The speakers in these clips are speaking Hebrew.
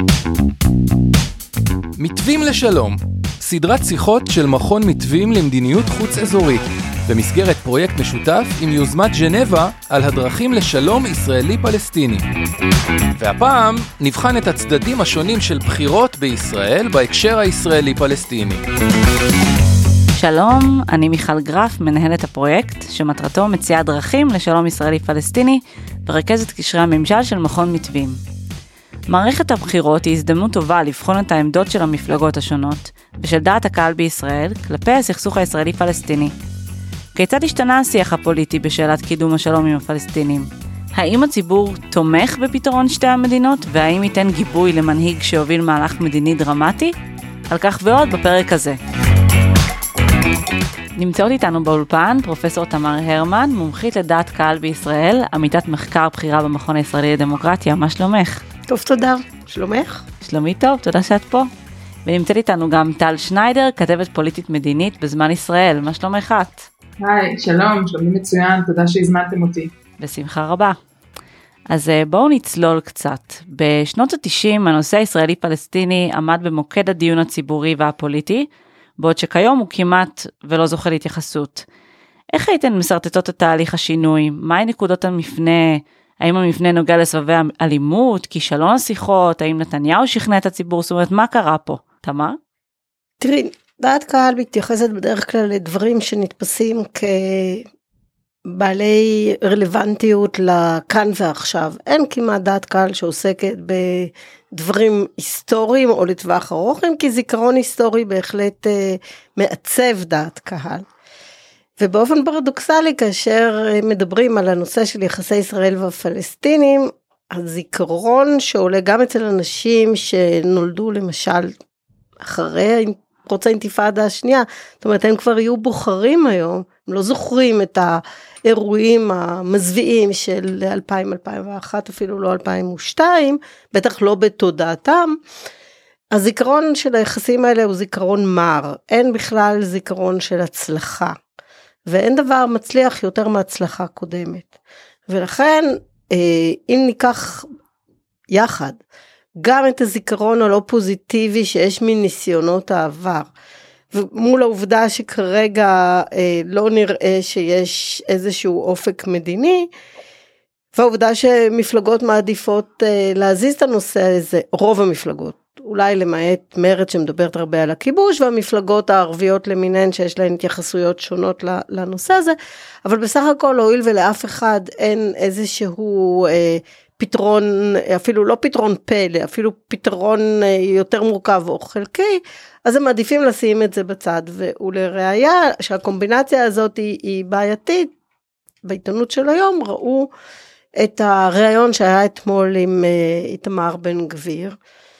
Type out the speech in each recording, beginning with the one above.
מתווים לשלום, סדרת שיחות של מכון מתווים למדיניות חוץ אזורית, במסגרת פרויקט משותף עם יוזמת ג'נבה על הדרכים לשלום ישראלי-פלסטיני. והפעם נבחן את הצדדים השונים של בחירות בישראל בהקשר הישראלי-פלסטיני. שלום, אני מיכל גרף, מנהלת הפרויקט, שמטרתו מציעה דרכים לשלום ישראלי-פלסטיני, ורכזת קשרי הממשל של מכון מתווים. מערכת הבחירות היא הזדמנות טובה לבחון את העמדות של המפלגות השונות, ושל דעת הקהל בישראל, כלפי הסכסוך הישראלי-פלסטיני. כיצד השתנה השיח הפוליטי בשאלת קידום השלום עם הפלסטינים? האם הציבור תומך בפתרון שתי המדינות, והאם ייתן גיבוי למנהיג שהוביל מהלך מדיני דרמטי? על כך ועוד בפרק הזה. נמצאות איתנו באולפן פרופסור תמר הרמן, מומחית לדעת קהל בישראל, עמיתת מחקר בחירה במכון הישראלי לדמוקרטיה. מה שלומך? טוב, תודה. שלומך? שלומי טוב, תודה שאת פה. ונמצאת איתנו גם טל שניידר, כתבת פוליטית מדינית בזמן ישראל. מה שלומך את? היי, שלום, שלומי מצוין, תודה שהזמנתם אותי. בשמחה רבה. אז בואו נצלול קצת. בשנות ה-90 הנושא הישראלי-פלסטיני עמד במוקד הדיון הציבורי והפוליטי, בעוד שכיום הוא כמעט ולא זוכה להתייחסות. איך הייתן מסרטטות את תהליך השינוי? מהי נקודות המפנה? האם המפנה נוגע לסבבי אלימות, כישלון השיחות? האם נתניהו שכנע את הציבור? זאת אומרת, מה קרה פה? תמר? תראי, דעת קהל מתייחסת בדרך כלל לדברים שנתפסים כבעלי רלוונטיות לכאן ועכשיו. אין כמעט דעת קהל שעוסקת בדברים היסטוריים או לטווח ארוך, כי זיכרון היסטורי בהחלט מעצב דעת קהל. ובאופן פרדוקסלי, כאשר מדברים על הנושא של יחסי ישראל והפלסטינים, הזיכרון שעולה גם אצל אנשים שנולדו למשל אחרי פרוץ האינתיפאדה השנייה, זאת אומרת הם כבר יהיו בוחרים היום, הם לא זוכרים את האירועים המזוויעים של 2000, 2001, אפילו לא 2002, בטח לא בתודעתם. הזיכרון של היחסים האלה הוא זיכרון מר, אין בכלל זיכרון של הצלחה. ואין דבר מצליח יותר מהצלחה קודמת. ולכן, אם ניקח יחד, גם את הזיכרון הלא פוזיטיבי שיש מניסיונות העבר, ומול העובדה שכרגע לא נראה שיש איזשהו אופק מדיני, והעובדה שמפלגות מעדיפות להזיז את הנושא הזה, רוב המפלגות, אולי למעט מרצ שמדברת הרבה על הכיבוש, והמפלגות הערביות למיניהן שיש להן התייחסויות שונות לנושא הזה, אבל בסך הכל הואיל ולאף אחד אין איזשהו פתרון, אפילו לא פתרון פלא, אפילו פתרון יותר מורכב או חלקי, אז הם מעדיפים לשים את זה בצד, ולראיה שהקומבינציה הזאת היא בעייתית, בעיתונות של היום ראו את הראיון שהיה אתמול עם איתמר בן גביר,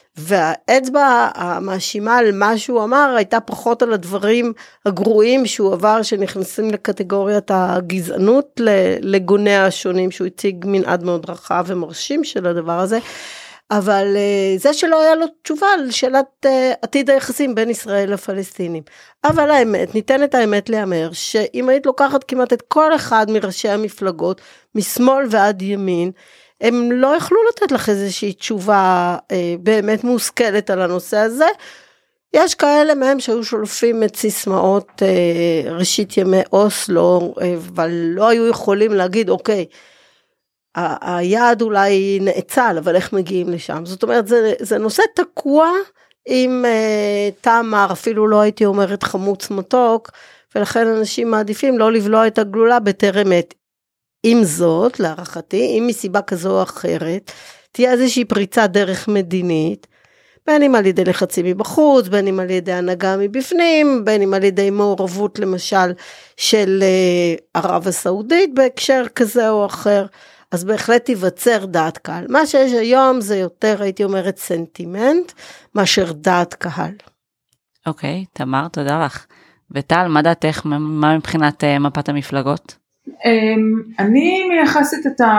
והאצבע המאשימה על מה שהוא אמר, הייתה פחות על הדברים הגרועים שהוא עבר, שנכנסים לקטגוריית הגזענות, לגוניה השונים, שהוא הציג מנעד מאוד רחב ומרשים של הדבר הזה, אבל זה שלא היה לו תשובה על שאלת עתיד היחסים בין ישראל לפלסטינים. אבל האמת, ניתן את האמת להיאמר, שאם היית לוקחת כמעט את כל אחד מראשי המפלגות, משמאל ועד ימין, הם לא יכלו לתת לך איזושהי תשובה באמת מושכלת על הנושא הזה. יש כאלה מהם שהיו שולפים את סיסמאות ראשית ימי אוסלו, אבל לא היו יכולים להגיד, אוקיי, היעד אולי נאצל, אבל איך מגיעים לשם? זאת אומרת, זה נושא תקוע עם תמר, אפילו לא הייתי אומרת חמוץ מתוק, ולכן אנשים מעדיפים לא לבלוע את הגלולה בטרם עת. עם זאת, להערכתי, אם מסיבה כזו או אחרת, תהיה איזושהי פריצה דרך מדינית, בין אם על ידי לחצים מבחוץ, בין אם על ידי הנהגה מבפנים, בין אם על ידי מעורבות למשל של ערב הסעודית בהקשר כזה או אחר, אז בהחלט ייווצר דעת קהל. מה שיש היום זה יותר, הייתי אומרת, סנטימנט, מאשר דעת קהל. אוקיי, תמר, תודה לך. וטל, מה דעתך, מה מבחינת מפת המפלגות? אני מייחסת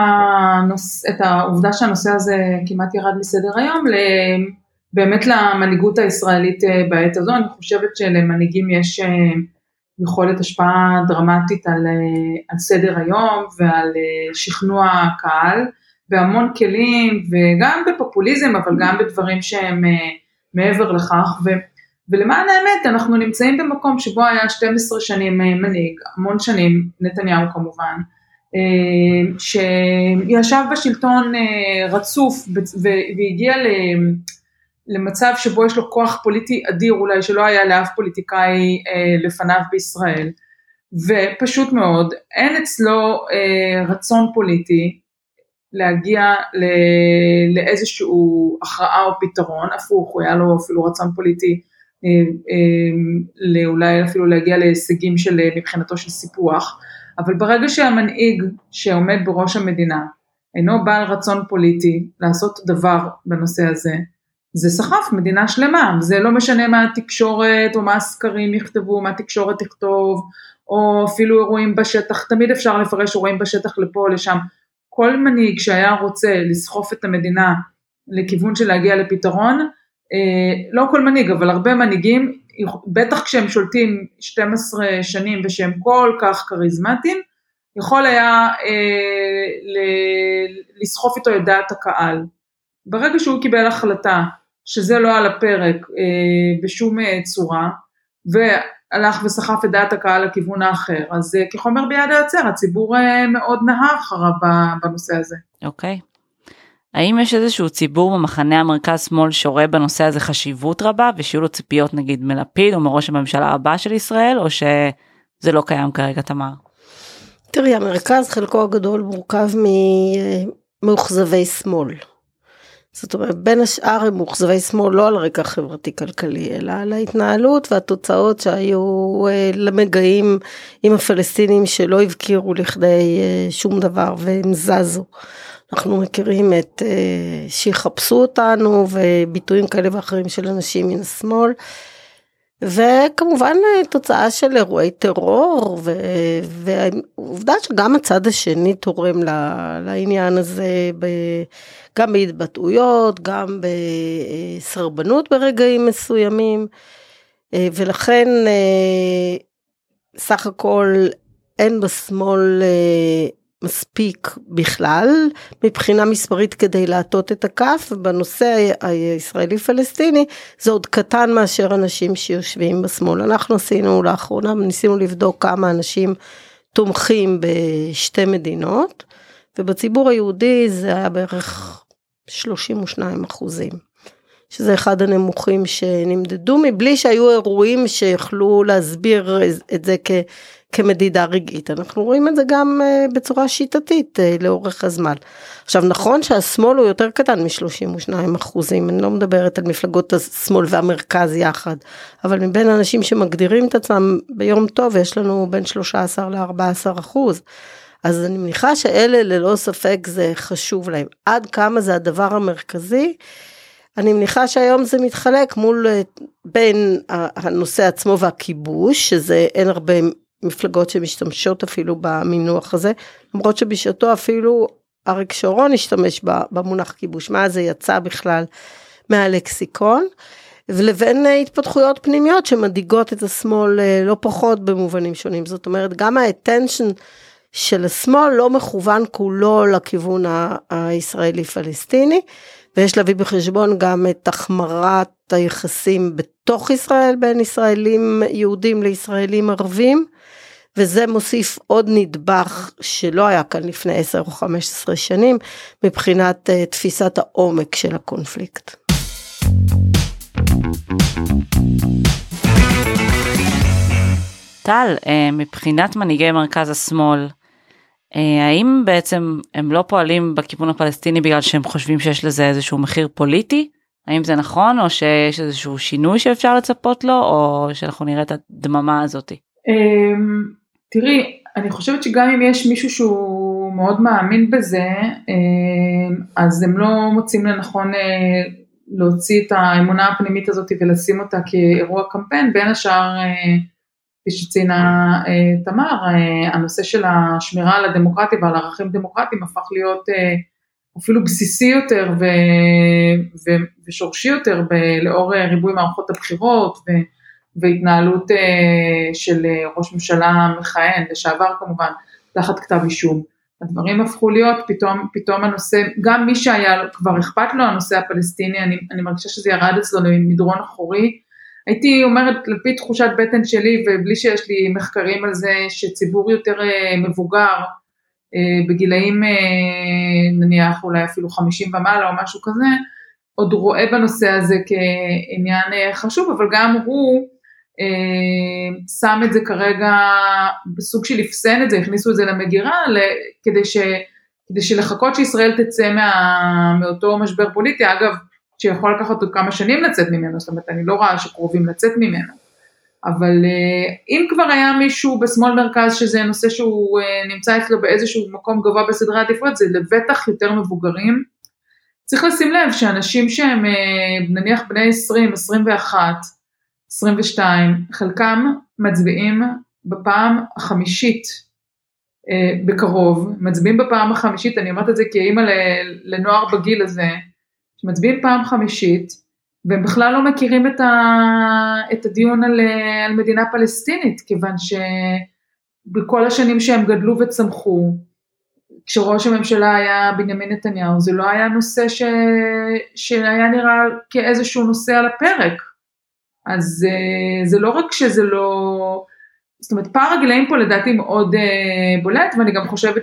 את העובדה שהנושא הזה כמעט ירד מסדר היום, באמת למנהיגות הישראלית בעת הזו. אני חושבת שלמנהיגים יש יכולת השפעה דרמטית על סדר היום ועל שכנוע הקהל, בהמון כלים, וגם בפופוליזם, אבל גם בדברים שהם מעבר לכך, ולמען האמת, אנחנו נמצאים במקום שבו היה 12 שנים מנהיג, המון שנים, נתניהו כמובן, שישב בשלטון רצוף, והגיע למצב שבו יש לו כוח פוליטי אדיר, אולי שלא היה לאף פוליטיקאי לפניו בישראל, ופשוט מאוד, אין אצלו רצון פוליטי, להגיע לאיזשהו הכרעה או פתרון, הפוך, הוא היה לו אפילו רצון פוליטי, אולי אפילו להגיע להישגים מבחינתו של סיפוח, אבל ברגע שהמנהיג שעומד בראש המדינה, אינו בעל רצון פוליטי לעשות דבר בנושא הזה, זה סחף מדינה שלמה, זה לא משנה מה התקשורת או מה הסקרים יכתבו, מה התקשורת תכתוב, או אפילו אירועים בשטח, תמיד אפשר לפרש אירועים בשטח לפה או לשם, כל מנהיג שהיה רוצה לסחוף את המדינה לכיוון של להגיע לפתרון, לא כל מנהיג, אבל הרבה מנהיגים, בטח כשהם שולטים 12 שנים ושהם כל כך קריזמטיים, יכול היה לסחוף איתו את דעת הקהל. ברגע שהוא קיבל החלטה שזה לא על הפרק בשום צורה, והלך וסחף את דעת הקהל לכיוון האחר, אז כחומר ביד היוצר, הציבור מאוד נהר אחריו בנושא הזה. אוקיי. האם יש איזשהו ציבור במחנה המרכז שמאל שרואה בנושא הזה חשיבות רבה, ושיהיו לו ציפיות נגיד מלפיד או מראש הממשלה הבא של ישראל, או שזה לא קיים כרגע, תמר? תראי, המרכז חלקו הגדול מורכב מאוכזבי שמאל. זאת אומרת, בין השאר הם מאוכזבי שמאל לא על רקע חברתי-כלכלי, אלא על ההתנהלות והתוצאות שהיו למגעים עם הפלסטינים שלא הבקירו לכדי שום דבר והם זזו. אנחנו מכירים את שיחפשו אותנו וביטויים כאלה ואחרים של אנשים מן השמאל, וכמובן תוצאה של אירועי טרור, ועובדה שגם הצד השני תורם לעניין הזה, גם בהתבטאויות, גם בסרבנות ברגעים מסוימים, ולכן סך הכל אין בשמאל מספיק בכלל, מבחינה מספרית כדי להטות את הכף, ובנושא הישראלי-פלסטיני, זה עוד קטן מאשר אנשים שיושבים בשמאל. אנחנו עשינו לאחרונה, ניסינו לבדוק כמה אנשים תומכים בשתי מדינות, ובציבור היהודי זה היה בערך 32%, שזה אחד הנמוכים שנמדדו, מבלי שהיו אירועים שיכלו להסביר את זה כמדידה רגעית. אנחנו רואים את זה גם בצורה שיטתית לאורך הזמן. עכשיו נכון שהשמאל הוא יותר קטן מ-32%, אני לא מדברת על מפלגות השמאל והמרכז יחד, אבל מבין אנשים שמגדירים את עצמם ביום טוב, יש לנו בין 13 ל-14%. אז אני מניחה שאלה ללא ספק זה חשוב להם. עד כמה זה הדבר המרכזי, אני מניחה שהיום זה מתחלק בין הנושא עצמו והכיבוש, שזה אין הרבה מפלגות שמשתמשות אפילו במינוח הזה, למרות שבשעתו אפילו אריק שרון השתמש במונח כיבוש, מה זה יצא בכלל מהלקסיקון, ולבין התפתחויות פנימיות שמדיגות את השמאל לא פחות במובנים שונים, זאת אומרת גם האטנשן של השמאל לא מכוון כולו לכיוון הישראלי-פלסטיני, ויש להביא בחשבון גם את החמרת היחסים בתוך ישראל, בין ישראלים יהודים לישראלים ערבים, וזה מוסיף עוד נדבך שלא היה כאן לפני 10 או 15 שנים, מבחינת תפיסת העומק של הקונפליקט. טל, מבחינת מנהיגי מרכז השמאל, האם בעצם הם לא פועלים בכיוון הפלסטיני בגלל שהם חושבים שיש לזה איזשהו מחיר פוליטי? האם זה נכון, או שיש איזשהו שינוי שאפשר לצפות לו, או שאנחנו נראה את הדממה הזאת? תראי, אני חושבת שגם אם יש מישהו שהוא מאוד מאמין בזה, אז הם לא מוצאים לנכון להוציא את האמונה הפנימית הזאת ולשים אותה כאירוע קמפיין, בין השאר כפי שציינה תמר, הנושא של השמירה על הדמוקרטיה ועל ערכים דמוקרטיים הפך להיות אפילו בסיסי יותר ושורשי יותר לאור ריבוי מערכות הבחירות והתנהלות של ראש ממשלה מכהן, לשעבר כמובן, תחת כתב אישום. הדברים הפכו להיות פתאום הנושא, גם מי שהיה כבר אכפת לו הנושא הפלסטיני, אני מרגישה שזה ירד אצלו למדרון אחורי, הייתי אומרת לפי תחושת בטן שלי, ובלי שיש לי מחקרים על זה, שציבור יותר מבוגר, בגילאים נניח אולי אפילו 50 ומעלה או משהו כזה, עוד רואה בנושא הזה כעניין חשוב, אבל גם הוא שם את זה כרגע בסוג של לפסן את זה, הכניסו את זה למגירה, כדי שלחכות שישראל תצא מאותו משבר פוליטי, אגב, שיכול לקחת עוד כמה שנים לצאת ממנו, זאת אומרת, אני לא רואה שקרובים לצאת ממנו, אבל אם כבר היה מישהו בשמאל מרכז, שזה נושא שהוא נמצא אצלו באיזשהו מקום גבוה בסדרי העדיפויות, זה לבטח יותר מבוגרים, צריך לשים לב שאנשים שהם נניח בני 20, 21, 22, חלקם מצביעים בפעם החמישית בקרוב, מצביעים בפעם החמישית, אני אומרת את זה כאימא לנוער בגיל הזה, שמצביעים פעם חמישית, והם בכלל לא מכירים את הדיון על מדינה פלסטינית, כיוון שבכל השנים שהם גדלו וצמחו, כשראש הממשלה היה בנימין נתניהו, זה לא היה נושא שהיה נראה כאיזשהו נושא על הפרק, אז זה לא רק שזה לא, זאת אומרת, פער הגילאים פה לדעתי מאוד בולט, ואני גם חושבת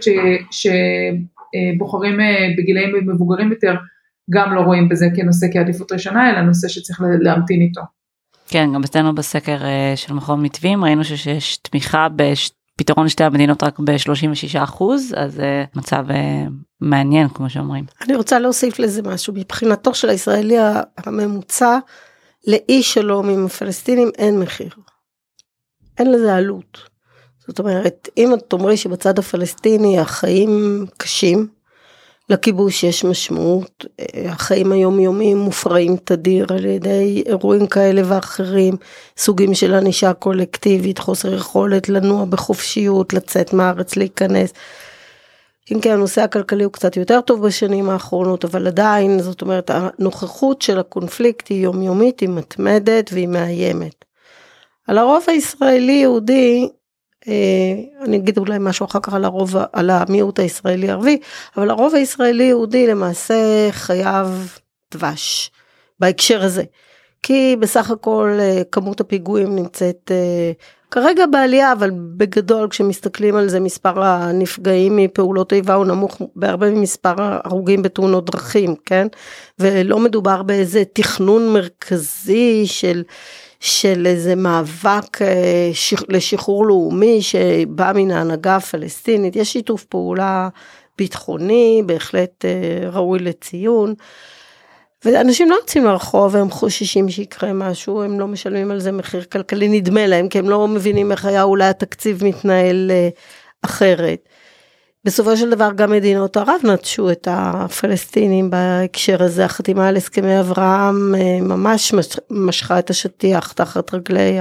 שבוחרים בגילאים מבוגרים יותר, גם לא רואים בזה כנושא כעדיפות ראשונה, אלא נושא שצריך להמתין איתו. כן, גם אצלנו בסקר של מכון מתווים, ראינו שיש תמיכה בפתרון שתי המדינות רק ב-36%, אז מצב מעניין, כמו שאומרים. אני רוצה להוסיף לזה משהו, מבחינתו של הישראלי הממוצע, לאי שלום עם הפלסטינים אין מחיר. אין לזה עלות. זאת אומרת, אם את אומרי שבצד הפלסטיני החיים קשים, לכיבוש יש משמעות, החיים היומיומיים מופרעים תדיר על ידי אירועים כאלה ואחרים, סוגים של ענישה קולקטיבית, חוסר יכולת לנוע בחופשיות, לצאת מארץ, להיכנס. אם כן, הנושא הכלכלי הוא קצת יותר טוב בשנים האחרונות, אבל עדיין, זאת אומרת, הנוכחות של הקונפליקט היא יומיומית, היא מתמדת והיא מאיימת. על הרוב הישראלי-יהודי, אני אגיד אולי משהו אחר כך על המיעוט הישראלי-ערבי, אבל הרוב הישראלי-יהודי למעשה חייב דבש בהקשר הזה. כי בסך הכל כמות הפיגועים נמצאת כרגע בעלייה, אבל בגדול כשמסתכלים על זה מספר הנפגעים מפעולות איבה הוא נמוך בהרבה ממספר הרוגים בתאונות דרכים, כן? ולא מדובר באיזה תכנון מרכזי של איזה מאבק לשחרור לאומי שבא מן ההנהגה הפלסטינית, יש שיתוף פעולה ביטחוני, בהחלט ראוי לציון, ואנשים לא יוצאים לרחוב, הם חוששים שיקרה משהו, הם לא משלמים על זה מחיר כלכלי, נדמה להם, כי הם לא מבינים איך היה אולי התקציב מתנהל אחרת. בסופו של דבר גם מדינות ערב נטשו את הפלסטינים בהקשר הזה, החתימה על הסכמי אברהם ממש משכה את השטיח תחת רגלי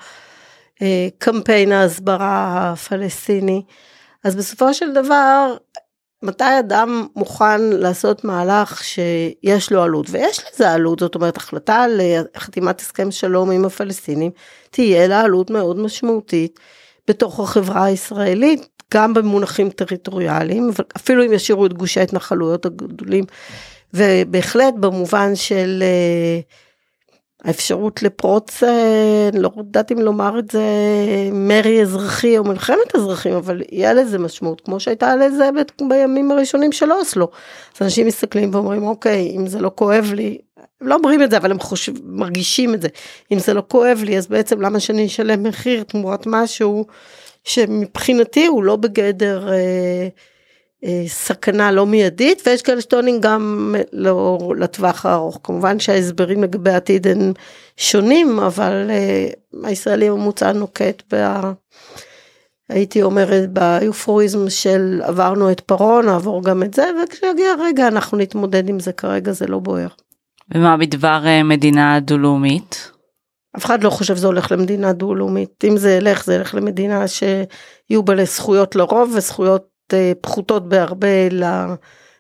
הקמפיין ההסברה הפלסטיני. אז בסופו של דבר, מתי אדם מוכן לעשות מהלך שיש לו עלות, ויש לזה עלות, זאת אומרת, החלטה על חתימת הסכם שלום עם הפלסטינים, תהיה לה עלות מאוד משמעותית בתוך החברה הישראלית, גם במונחים טריטוריאליים, אפילו אם ישירו את גושי ההתנחלויות הגדולים, ובהחלט במובן של האפשרות לפרוץ, לא יודעת אם לומר את זה, מרי אזרחי או מלחמת אזרחים, אבל יהיה לזה משמעות, כמו שהייתה לזה בימים הראשונים של אוסלו. אז אנשים מסתכלים ואומרים, אוקיי, אם זה לא כואב לי, הם לא אומרים את זה, אבל הם מרגישים את זה. אם זה לא כואב לי, אז בעצם למה שאני אשלם מחיר תמורת משהו, שמבחינתי הוא לא בגדר סכנה לא מיידית, ויש כאלה שטוענים גם לא לטווח הארוך. כמובן שההסברים לגבי העתיד הם שונים, אבל הישראלי הממוצע נוקט הייתי אומרת ביופוריזם של עברנו את פרעה, נעבור גם את זה, וכשיגיע הרגע אנחנו נתמודד עם זה, כרגע זה לא בוער. ומה בדבר מדינה דו-לאומית? אף אחד לא חושב שזה הולך למדינה דו-לאומית, אם זה ילך למדינה שיהיו בה לזכויות לרוב, וזכויות פחותות בהרבה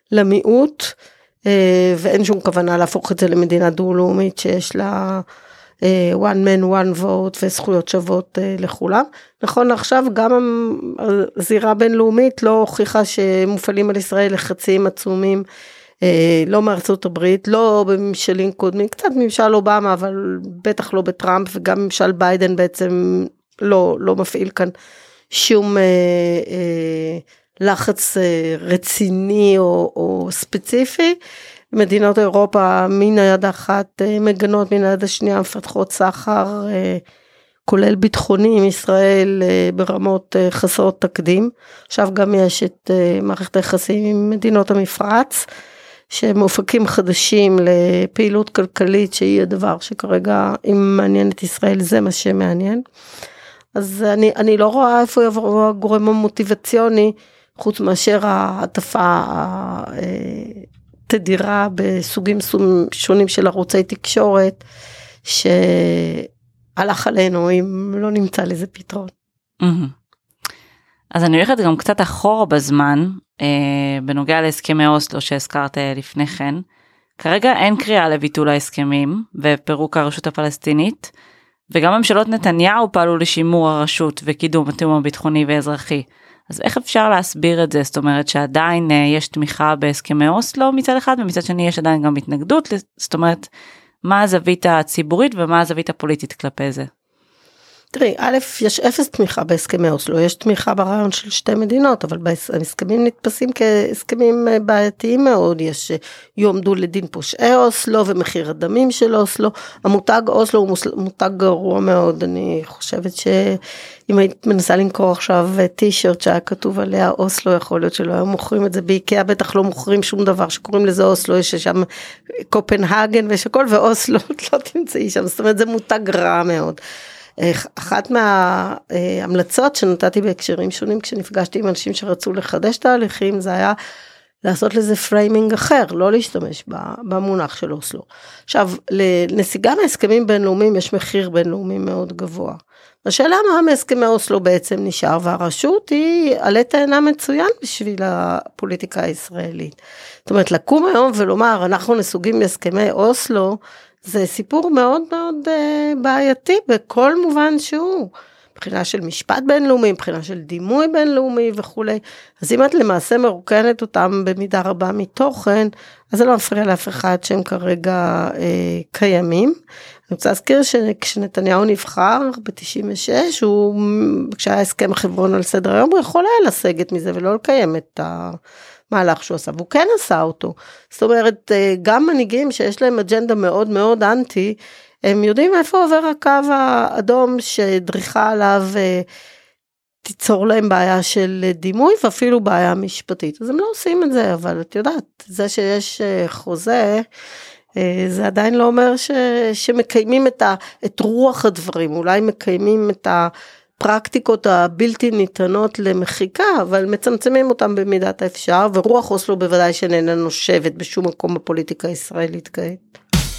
למיעוט, ואין שום כוונה להפוך את זה למדינה דו-לאומית, שיש לה one man one vote וזכויות שוות לכולם. נכון, עכשיו גם הזירה בינלאומית לא הוכיחה שמופעלים על ישראל לחצים עצומים, לא מארצות הברית, לא בממשלים קודמים, קצת ממשל אובמה, אבל בטח לא בטראמפ, וגם ממשל ביידן בעצם לא מפעיל כאן שום לחץ רציני או ספציפי. מדינות אירופה מן היד האחת מגנות, מן היד השנייה מפתחות סחר, כולל ביטחוני עם ישראל ברמות חסרות תקדים. עכשיו גם יש את מערכת היחסים עם מדינות המפרץ, שמאופקים חדשים לפעילות כלכלית, שהיא הדבר שכרגע, אם מעניין את ישראל, זה מה שמעניין. אז אני לא רואה איפה יבוא הגורם המוטיבציוני, חוץ מאשר העטפה תדירה בסוגים שונים של ערוצי תקשורת, שהלך עלינו אם לא נמצא לזה פתרון. אז אני הולכת גם קצת אחורה בזמן, בנוגע להסכמי אוסלו שהזכרת לפני כן. כרגע אין קריאה לביטול ההסכמים ופירוק הרשות הפלסטינית, וגם ממשלות נתניהו פעלו לשימור הרשות וקידום התיאום הביטחוני ואזרחי. אז איך אפשר להסביר את זה? זאת אומרת שעדיין יש תמיכה בהסכמי אוסלו מצד אחד, ומצד שני יש עדיין גם התנגדות, זאת אומרת, מה הזווית הציבורית ומה הזווית הפוליטית כלפי זה? תראי, א', יש אפס תמיכה בהסכמי אוסלו, יש תמיכה ברעיון של שתי מדינות, אבל ההסכמים נתפסים כהסכמים בעייתיים מאוד, יש יועמדו לדין פושעי אוסלו ומחיר הדמים של אוסלו, המותג אוסלו הוא מותג גרוע מאוד, אני חושבת שאם היית מנסה למכור עכשיו טישרט שהיה כתוב עליה אוסלו, יכול להיות שלא היו מוכרים את זה, באיקאה בטח לא מוכרים שום דבר שקוראים לזה אוסלו, יש שם קופנהגן ושכל, ואוסלו לא תמצאי שם, זאת אומרת זה מותג רע מאוד. אחת מההמלצות שנתתי בהקשרים שונים כשנפגשתי עם אנשים שרצו לחדש תהליכים, זה היה לעשות לזה פריימינג אחר, לא להשתמש במונח של אוסלו. עכשיו, לנסיגה מהסכמים בינלאומיים יש מחיר בינלאומי מאוד גבוה. השאלה מה מהסכמי אוסלו בעצם נשאר, והרשות היא עלה תאנה מצוין בשביל הפוליטיקה הישראלית. זאת אומרת, לקום היום ולומר, אנחנו נסוגים מהסכמי אוסלו, זה סיפור מאוד מאוד בעייתי בכל מובן שהוא, מבחינה של משפט בינלאומי, מבחינה של דימוי בינלאומי וכו'. אז אם את למעשה מרוקנת אותם במידה רבה מתוכן, אז זה לא מפריע לאף אחד שהם כרגע קיימים. אני רוצה להזכיר שכשנתניהו נבחר ב-96, כשהיה הסכם חברון על סדר היום, הוא יכול היה לסגת מזה ולא לקיים את מהלך שהוא עשה, והוא כן עשה אותו. זאת אומרת, גם מנהיגים שיש להם אג'נדה מאוד מאוד אנטי, הם יודעים איפה עובר הקו האדום שדריכה עליו תיצור להם בעיה של דימוי, ואפילו בעיה משפטית. אז הם לא עושים את זה, אבל את יודעת, זה שיש חוזה, זה עדיין לא אומר שמקיימים את רוח הדברים, אולי מקיימים את הפרקטיקות הבלתי ניתנות למחיקה, אבל מצמצמים אותם במידת האפשר, ורוח אוסלו בוודאי שאיננה נושבת בשום מקום בפוליטיקה הישראלית כעת.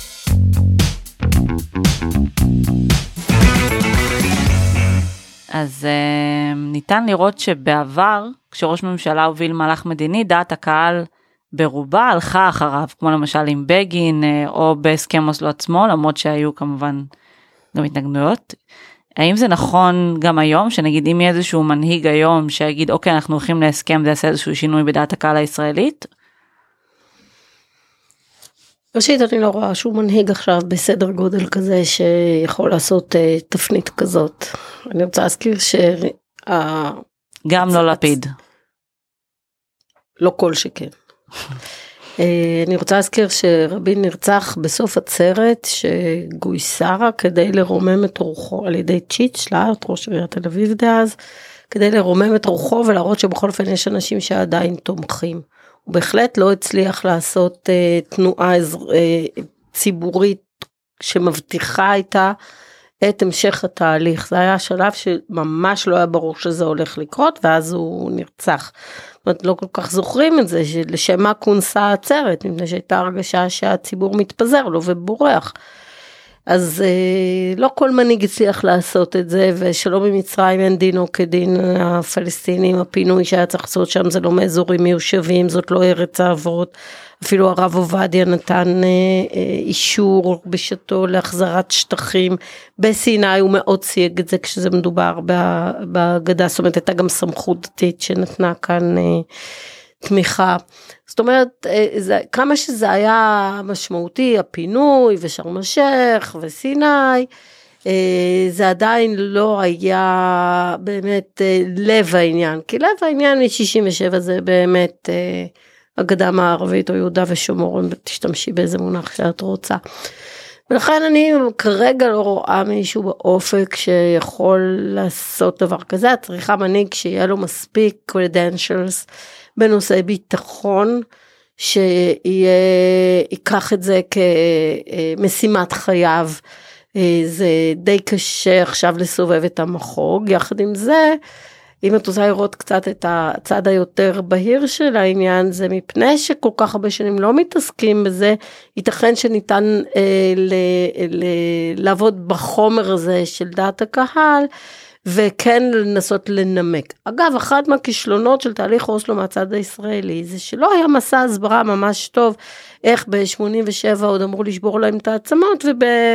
אז ניתן לראות שבעבר, כשראש ממשלה הוביל מהלך מדיני, דעת הקהל ברובה הלכה אחריו, כמו למשל עם בגין, או בהסכם אוסלו עצמו, למרות שהיו כמובן גם התנגדויות. האם זה נכון גם היום, שנגיד אם יהיה איזשהו מנהיג היום, שיגיד אוקיי, אנחנו הולכים להסכם, זה יעשה איזשהו שינוי בדעת הקהל הישראלית? ראשית, אני לא רואה שום מנהיג עכשיו בסדר גודל כזה, שיכול לעשות תפנית כזאת. אני רוצה להזכיר גם לא לפיד. לא כל שכן. אני רוצה להזכיר שרבין נרצח בסוף עצרת שגויסה כדי לרומם את רוחו על ידי צ'יצ'לה, ראש עיריית תל אביב דאז, כדי לרומם את רוחו ולהראות שבכל אופן יש אנשים שעדיין תומכים. הוא בהחלט לא הצליח לעשות תנועה ציבורית שמבטיחה איתה את המשך התהליך. זה היה שלב שממש לא היה ברור שזה הולך לקרות, ואז הוא נרצח. זאת אומרת, לא כל כך זוכרים את זה, שלשם מה כונסה העצרת, מפני שהייתה הרגשה שהציבור מתפזר לו ובורח. אז לא כל מנהיג הצליח לעשות את זה, ושלום במצרים אין דינו כדין הפלסטינים, הפינוי שהיה צריך לעשות שם זה לא מאזורים מיושבים, זאת לא ארץ האבות, אפילו הרב עובדיה נתן אישור בשעתו להחזרת שטחים, בסיני הוא מאוד סייג את זה כשזה מדובר בגדה, זאת אומרת הייתה גם סמכות דתית שנתנה כאן תמיכה, זאת אומרת, כמה שזה היה משמעותי, הפינוי ושרם השייח וסיני, זה עדיין לא היה באמת לב העניין, כי לב העניין מ-67 זה באמת הגדה המערבית או יהודה ושומרון, תשתמשי באיזה מונח שאת רוצה. ולכן אני כרגע לא רואה מישהו באופק שיכול לעשות דבר כזה, את צריכה מנהיג שיהיה לו מספיק credentials בנושא ביטחון, שייקח את זה כמשימת חייו, זה די קשה עכשיו לסובב את המחוג, יחד עם זה, אם את רוצה לראות קצת את הצד היותר בהיר של העניין, זה מפני שכל כך הרבה שנים לא מתעסקים בזה, ייתכן שניתן לעבוד בחומר הזה של דעת הקהל, וכן לנסות לנמק. אגב, אחד מהכישלונות של תהליך אוסלו מהצד הישראלי, זה שלא היה מסע הסברה ממש טוב, איך ב-87 עוד אמרו לשבור להם את העצמות,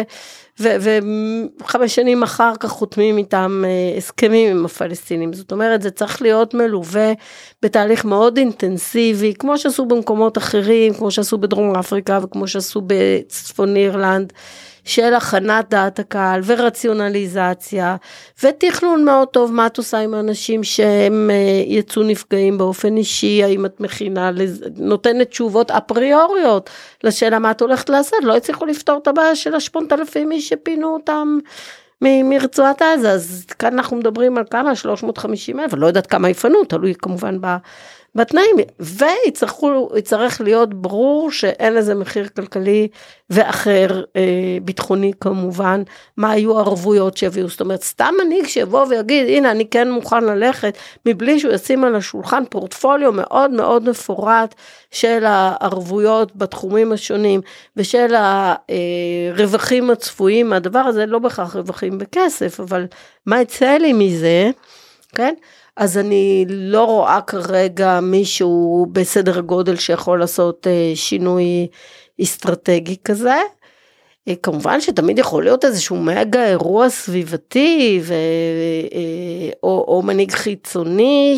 ו5 שנים אחר כך חותמים איתם הסכמים עם הפלסטינים. זאת אומרת, זה צריך להיות מלווה בתהליך מאוד אינטנסיבי, כמו שעשו במקומות אחרים, כמו שעשו בדרום אפריקה, וכמו שעשו בצפון אירלנד, של הכנת דעת הקהל ורציונליזציה, ותכנון מאוד טוב, מה את עושה עם האנשים שהם יצאו נפגעים באופן אישי, האם את מכינה, נותנת תשובות אפריוריות, לשאלה מה את הולכת לעשות, לא הצליחו לפתור את הבעיה של 8,000 איש שפינו אותם מרצועת עזה, אז כאן אנחנו מדברים על כמה, 350,000, לא יודעת כמה יפנו, תלוי כמובן בתנאים, ויצטרך להיות ברור שאין לזה מחיר כלכלי ואחר ביטחוני כמובן, מה היו הערבויות שהביאו, זאת אומרת סתם מנהיג שיבוא ויגיד הנה אני כן מוכן ללכת, מבלי שהוא ישים על השולחן פורטפוליו מאוד מאוד מפורט של הערבויות בתחומים השונים, ושל הרווחים הצפויים, הדבר הזה לא בכך רווחים בכסף, אבל מה יצא לי מזה, כן? אז אני לא רואה כרגע מישהו בסדר גודל שיכול לעשות שינוי אסטרטגי כזה. כמובן שתמיד יכול להיות איזשהו מגה אירוע סביבתי, או מנהיג חיצוני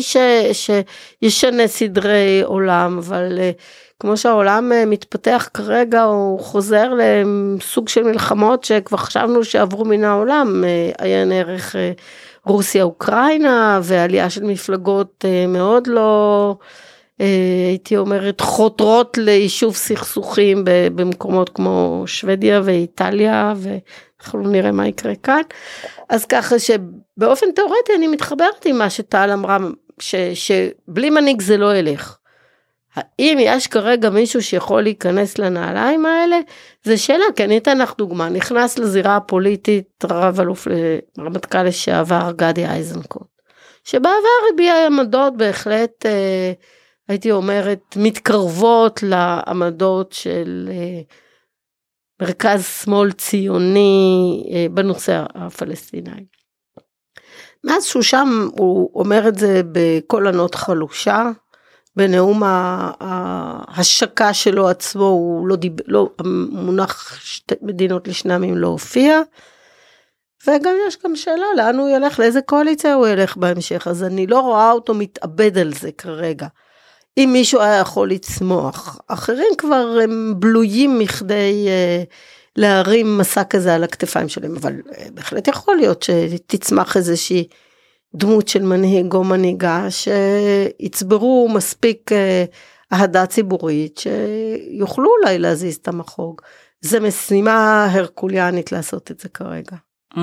שישנה סדרי עולם, אבל כמו שהעולם מתפתח כרגע, הוא חוזר לסוג של מלחמות שכבר חשבנו שעברו מן העולם, עיין ערך רוסיה, אוקראינה, ועלייה של מפלגות מאוד לא, הייתי אומרת, חותרות ליישוב סכסוכים במקומות כמו שוודיה ואיטליה, ואנחנו נראה מה יקרה כאן. אז ככה שבאופן תיאורטי אני מתחברת עם מה שטל אמרה, שבלי מנהיג זה לא ילך. האם יש כרגע מישהו שיכול להיכנס לנעליים האלה? זה שאלה, כי אני אתן לך דוגמה, נכנס לזירה הפוליטית רב אלוף רמטכ"ל לשעבר גדי איזנקוט, שבעבר הביע עמדות בהחלט, הייתי אומרת, מתקרבות לעמדות של מרכז שמאל ציוני בנושא הפלסטיני. מאז שהוא שם, הוא אומר את זה בכל ענות חלושה, בנאום ההשקה שלו עצמו, הוא לא המונח שתי מדינות לשני עמים לא הופיע, וגם יש גם שאלה, לאן הוא ילך, לאיזה קואליציה הוא ילך בהמשך, אז אני לא רואה אותו מתאבד על זה כרגע. אם מישהו היה יכול לצמוח, אחרים כבר הם בלויים מכדי להרים מסע כזה על הכתפיים שלהם, אבל בהחלט יכול להיות שתצמח איזושהי דמות של מנהיג או מנהיגה שיצברו מספיק אהדה ציבורית שיוכלו אולי להזיז את המחוג. זה משימה הרקוליאנית לעשות את זה כרגע.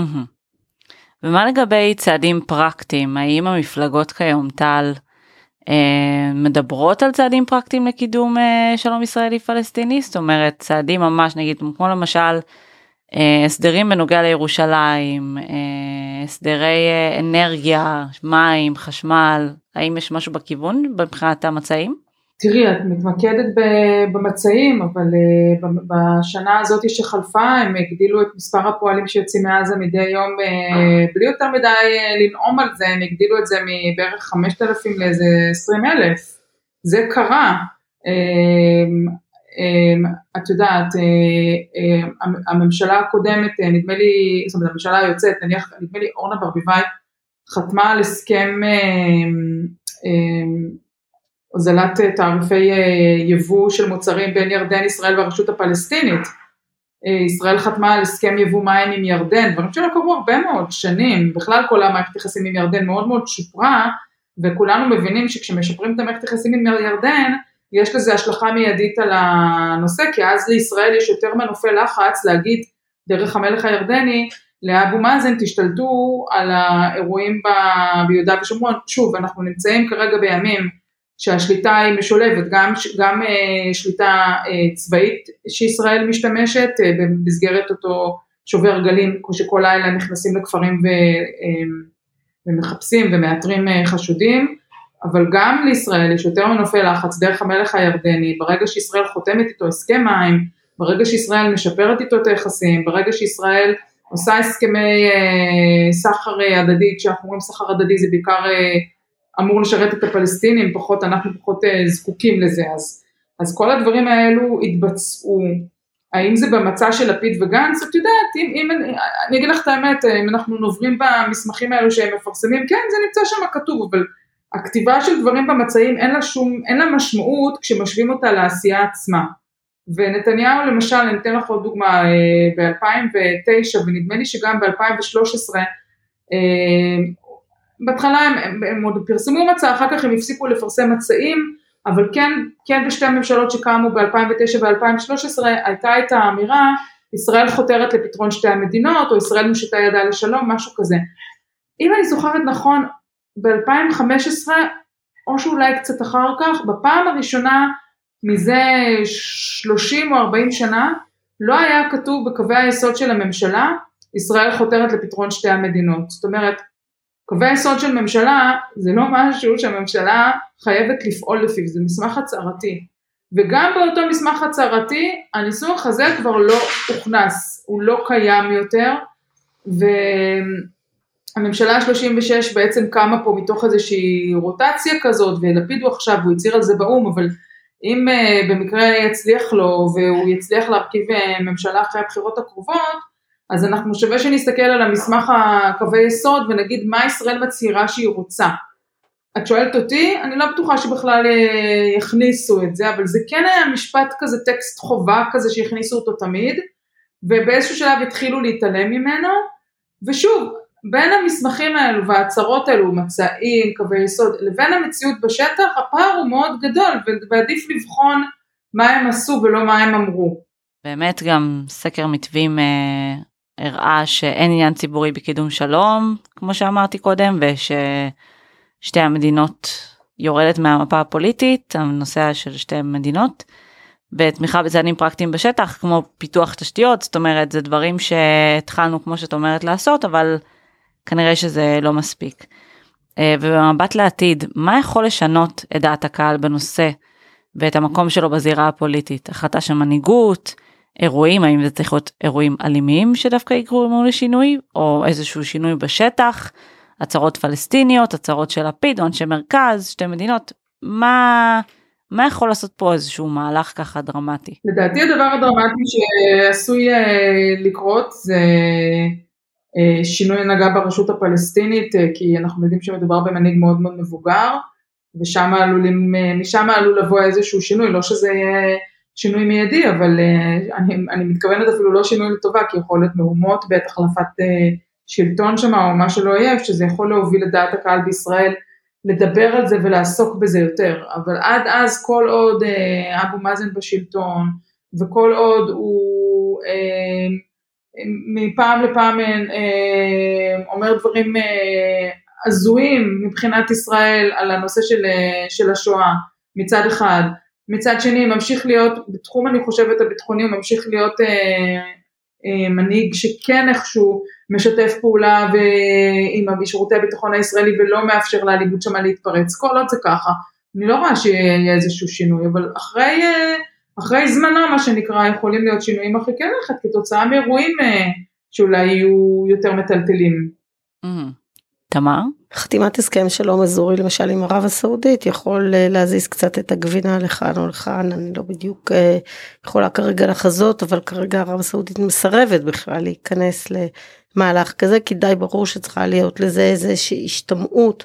ומה לגבי צעדים פרקטיים? האם המפלגות כיום טל מדברות על צעדים פרקטיים לקידום שלום ישראלי פלסטיני? זאת אומרת צעדים ממש נגיד כמו למשל הסדרים בנוגע לירושלים, הסדרי אנרגיה, מים, חשמל, האם יש משהו בכיוון מבחינת המצעים? תראי, את מתמקדת במצעים, אבל בשנה הזאת שחלפה, הם הגדילו את מספר הפועלים שיוצאים מעזה מדי יום, בלי יותר מדי לנעום על זה, הם הגדילו את זה מבערך 5,000 לאיזה 20,000, זה קרה, את יודעת, הממשלה הקודמת, נדמה לי, זאת אומרת, הממשלה היוצאת, נדמה לי אורנה ברביבאי, חתמה על הסכם, הוזלת תעריפי יבוא של מוצרים בין ירדן, ישראל והרשות הפלסטינית. ישראל חתמה על הסכם יבוא מים עם ירדן, דברים שלא קרו הרבה מאוד שנים, בכלל כל המערכת יחסים עם ירדן מאוד מאוד שופרה, וכולנו מבינים שכשמשפרים את המערכת יחסים עם ירדן, יש לזה השלכה מיידית על הנושא, כי אז לישראל יש יותר מנופי לחץ להגיד דרך המלך הירדני, לאבו מאזן תשתלטו על האירועים ביהודה ושומרון. שוב, אנחנו נמצאים כרגע בימים, שהשליטה היא משולבת, גם שליטה צבאית שישראל משתמשת, במסגרת אותו שובר גלים, שכל לילה נכנסים לכפרים ומחפשים ומאתרים חשודים, אבל גם לישראל יש יותר מנופי לחץ דרך המלך הירדני, ברגע שישראל חותמת איתו הסכם מים, ברגע שישראל משפרת איתו את היחסים, ברגע שישראל עושה הסכמי סחר הדדי, כשאנחנו אומרים סחר הדדי זה בעיקר אמור לשרת את הפלסטינים, אנחנו פחות זקוקים לזה, אז כל הדברים האלו התבצעו, האם זה במצע של לפיד וגנץ, את יודעת, אני אגיד לך את האמת, אם אנחנו נוברים במסמכים האלו שהם מפרסמים, כן, זה נמצא שם כתוב, אבל הכתיבה של דברים במצעים אין לה משמעות, כשמשווים אותה לעשייה עצמה, ונתניהו למשל, אני אתן לך עוד דוגמה, ב-2009, ונדמה לי שגם ב-2013, בהתחלה הם עוד פרסמו מצע, אחר כך הם הפסיקו לפרסם מצעים, אבל כן בשתי הממשלות שקמו ב-2009 ו-2013, הייתה את האמירה, ישראל חותרת לפתרון שתי המדינות, או ישראל מושיטה ידה לשלום, משהו כזה. אם אני זוכרת נכון, ב-2015, או שאולי קצת אחר כך, בפעם הראשונה, מזה 30 או 40 שנה, לא היה כתוב בקווי היסוד של הממשלה, ישראל חותרת לפתרון שתי המדינות. זאת אומרת, קווי היסוד של ממשלה, זה לא משהו שהממשלה חייבת לפעול לפיו, זה מסמך הצהרתי. וגם באותו מסמך הצהרתי, הניסוח הזה כבר לא הוכנס, הוא לא קיים יותר, והממשלה ה-36 בעצם קמה פה מתוך איזושהי רוטציה כזאת, ולפיד הוא עכשיו, הוא יציר על זה באום, אבל אם במקרה יצליח לו, והוא יצליח להרכיב ממשלה אחרי הבחירות הקרובות, אז אנחנו שווה שנסתכל על המסמך הקווי יסוד, ונגיד מה ישראל מצהירה שהיא רוצה. את שואלת אותי, אני לא בטוחה שבכלל יכניסו את זה, אבל זה כן היה משפט כזה, טקסט חובה כזה שהכניסו אותו תמיד, ובאיזשהו שלב התחילו להתעלם ממנו, ושוב, בין המסמכים האלו וההצהרות האלו, מצעים, קווי יסוד, לבין המציאות בשטח, הפער הוא מאוד גדול, ועדיף לבחון מה הם עשו ולא מה הם אמרו. באמת גם סקר מתווים הראה שאין עניין ציבורי בקידום שלום, כמו שאמרתי קודם, וששתי המדינות יורדת מהמפה הפוליטית, הנושא של שתי מדינות, ותמיכה בצעדים פרקטיים בשטח, כמו פיתוח תשתיות, זאת אומרת, זה דברים שהתחלנו, כמו שאת אומרת, לעשות, אבל כנראה שזה לא מספיק. ובמבט לעתיד, מה יכול לשנות את דעת הקהל בנושא, ואת המקום שלו בזירה הפוליטית? החלטה של מנהיגות, אירועים, האם זה צריך להיות אירועים אלימים שדווקא יקרו לשינוי, או איזשהו שינוי בשטח, הצהרות פלסטיניות, הצהרות של לפיד, או אנשי מרכז, שתי מדינות, מה יכול לעשות פה איזשהו מהלך ככה דרמטי? לדעתי הדבר הדרמטי שעשוי לקרות זה שינוי הנהגה ברשות הפלסטינית, כי אנחנו יודעים שמדובר במנהיג מאוד מאוד מבוגר, משם עלול לבוא איזשהו שינוי, לא שזה יהיה שינוי מיידי, אבל אני מתכוונת אפילו לא שינוי לטובה, כי יכול להיות מהומות בעת החלפת שלטון שם, או מה שלא יהיה, שזה יכול להוביל לדעת הקהל בישראל, לדבר על זה ולעסוק בזה יותר, אבל עד אז כל עוד אבו מאזן בשלטון, וכל עוד הוא מפעם לפעם אומר דברים הזויים מבחינת ישראל על הנושא של השואה מצד אחד, מצד שני ממשיך להיות, בתחום אני חושבת הביטחוני הוא ממשיך להיות מנהיג שכן איכשהו משתף פעולה עם שירותי הביטחון הישראלי ולא מאפשר לאלימות שמה להתפרץ, כל עוד זה ככה, אני לא רואה שיהיה איזשהו שינוי, אבל אחרי זמנו, מה שנקרא, יכולים להיות שינויים מרחיקי לכת, כתוצאה מאירועים שאולי יהיו יותר מטלטלים. תמר? חתימת הסכם שלום אזורי, למשל עם ערב הסעודית, יכול להזיז קצת את הגבינה לכאן או לכאן, אני לא בדיוק יכולה כרגע לחזות, אבל כרגע ערב הסעודית מסרבת בכלל להיכנס למהלך כזה, כי די ברור שצריכה להיות לזה איזושהי השתמעות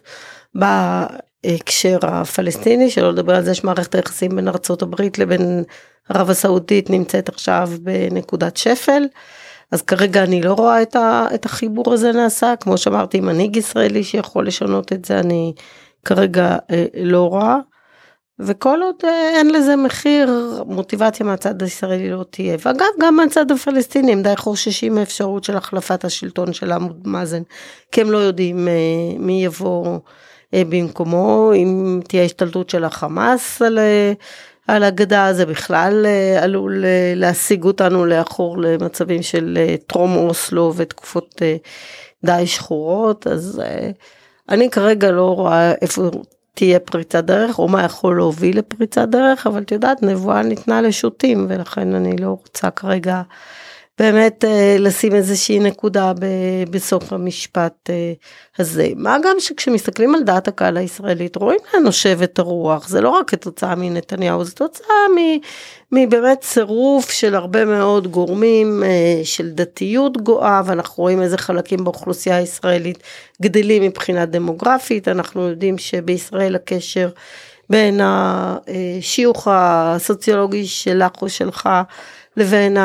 בהקשר הפלסטיני, שלא לדבר על זה שמערכת היחסים בין ארצות הברית לבין ערב הסעודית נמצאת עכשיו בנקודת שפל, אז כרגע אני לא רואה את החיבור הזה נעשה, כמו שאמרתי, מנהיג ישראלי שיכול לשנות את זה, אני כרגע לא רואה, וכל עוד אין לזה מחיר, מוטיבציה מהצד הישראלי לא תהיה, ואגב גם מהצד הפלסטיני, הם די חוששים מאפשרות של החלפת השלטון של אבו מאזן, כי הם לא יודעים מי יבוא במקומו, אם תהיה השתלטות של החמאס על הגדה, זה בכלל עלול להשיג אותנו לאחור למצבים של טרום אוסלו ותקופות די שחורות, אז אני כרגע לא רואה איפה תהיה פריצת דרך, או מה יכול להוביל לפריצת דרך, אבל את יודעת, נבואה ניתנה לשוטים, ולכן אני לא רוצה כרגע באמת לשים איזושהי נקודה בסוף המשפט הזה. מה גם שכשמסתכלים על דעת הקהל הישראלית, רואים נושבת הרוח, זה לא רק כתוצאה מנתניהו, זה תוצאה מבאמת צירוף של הרבה מאוד גורמים, של דתיות גואה, ואנחנו רואים איזה חלקים באוכלוסייה הישראלית גדלים מבחינה דמוגרפית, אנחנו יודעים שבישראל הקשר בין השיוך הסוציולוגי שלך או שלך, לבין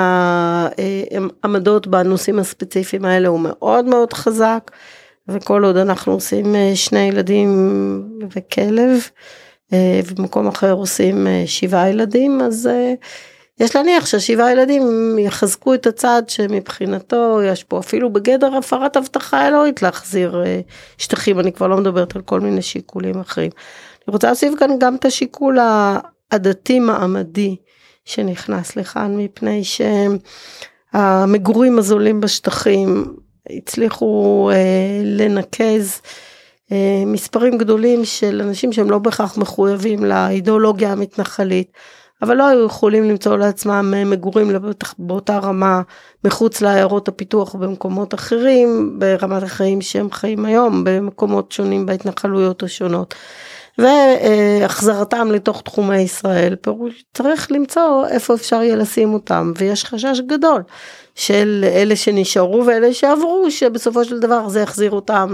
העמדות בנושאים הספציפיים האלה הוא מאוד מאוד חזק, וכל עוד אנחנו עושים 2 ילדים וכלב, ובמקום אחר עושים 7 ילדים, אז יש להניח ש7 ילדים יחזקו את הצד שמבחינתו יש פה אפילו בגדר הפרת הבטחה אלוהית להחזיר שטחים, אני כבר לא מדברת על כל מיני שיקולים אחרים. אני רוצה להוסיף כאן גם את השיקול הדתי מעמדי, שנכנס לכאן מפני שהמגורים הזולים בשטחים הצליחו לנקז מספרים גדולים של אנשים שהם לא בהכרח מחויבים לאידיאולוגיה המתנחלית, אבל לא היו יכולים למצוא לעצמם מגורים באותה רמה מחוץ לעיירות הפיתוח במקומות אחרים, ברמת החיים שהם חיים היום במקומות שונים בהתנחלויות השונות. והחזרתם לתוך תחומי ישראל, פירוש צריך למצוא איפה אפשר יהיה לשים אותם, ויש חשש גדול של אלה שנשארו ואלה שעברו, שבסופו של דבר זה יחזיר אותם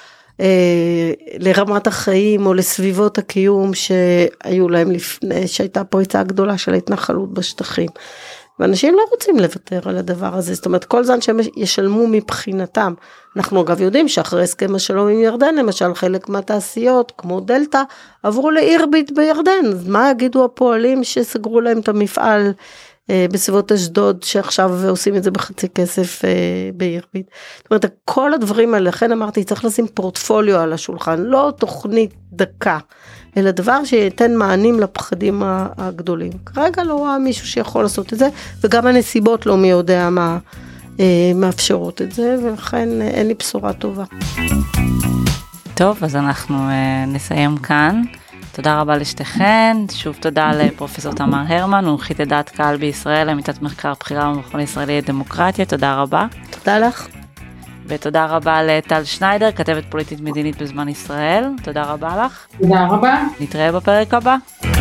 לרמת החיים או לסביבות הקיום שהיו להם לפני שהייתה פריצה גדולה של ההתנחלות בשטחים. ואנשים לא רוצים לוותר על הדבר הזה, זאת אומרת כל זמן שהם ישלמו מבחינתם, אנחנו אגב יודעים שאחרי הסכם השלום עם ירדן, למשל חלק מהתעשיות כמו דלטה, עברו לאירביט בירדן, אז מה יגידו הפועלים שסגרו להם את המפעל בסביבות אשדוד, שעכשיו עושים את זה בחצי כסף באירביט, זאת אומרת כל הדברים האלה, לכן אמרתי צריך לשים פורטפוליו על השולחן, לא תוכנית דקה, אלא דבר שייתן מענים לפחדים הגדולים. כרגע לא רואה מישהו שיכול לעשות את זה, וגם הנסיבות לא מי יודע מה מאפשרות את זה, ולכן אין לי בשורה טובה. טוב, אז אנחנו נסיים כאן. תודה רבה לשתיכן, שוב תודה לפרופסור תמר הרמן, מומחית לדעת קהל בישראל, עמיתת מחקר בחירה במכון הישראלי לדמוקרטיה, תודה רבה. תודה לך. ותודה רבה לטל שניידר, כתבת פוליטית מדינית בזמן ישראל, תודה רבה לך. תודה רבה. נתראה בפרק הבא.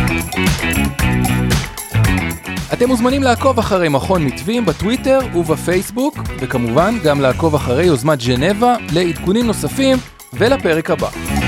אתם מוזמנים לעקוב אחרי מכון מתווים בטוויטר ובפייסבוק, וכמובן גם לעקוב אחרי יוזמת ז'נבה לעדכונים נוספים ולפרק הבא.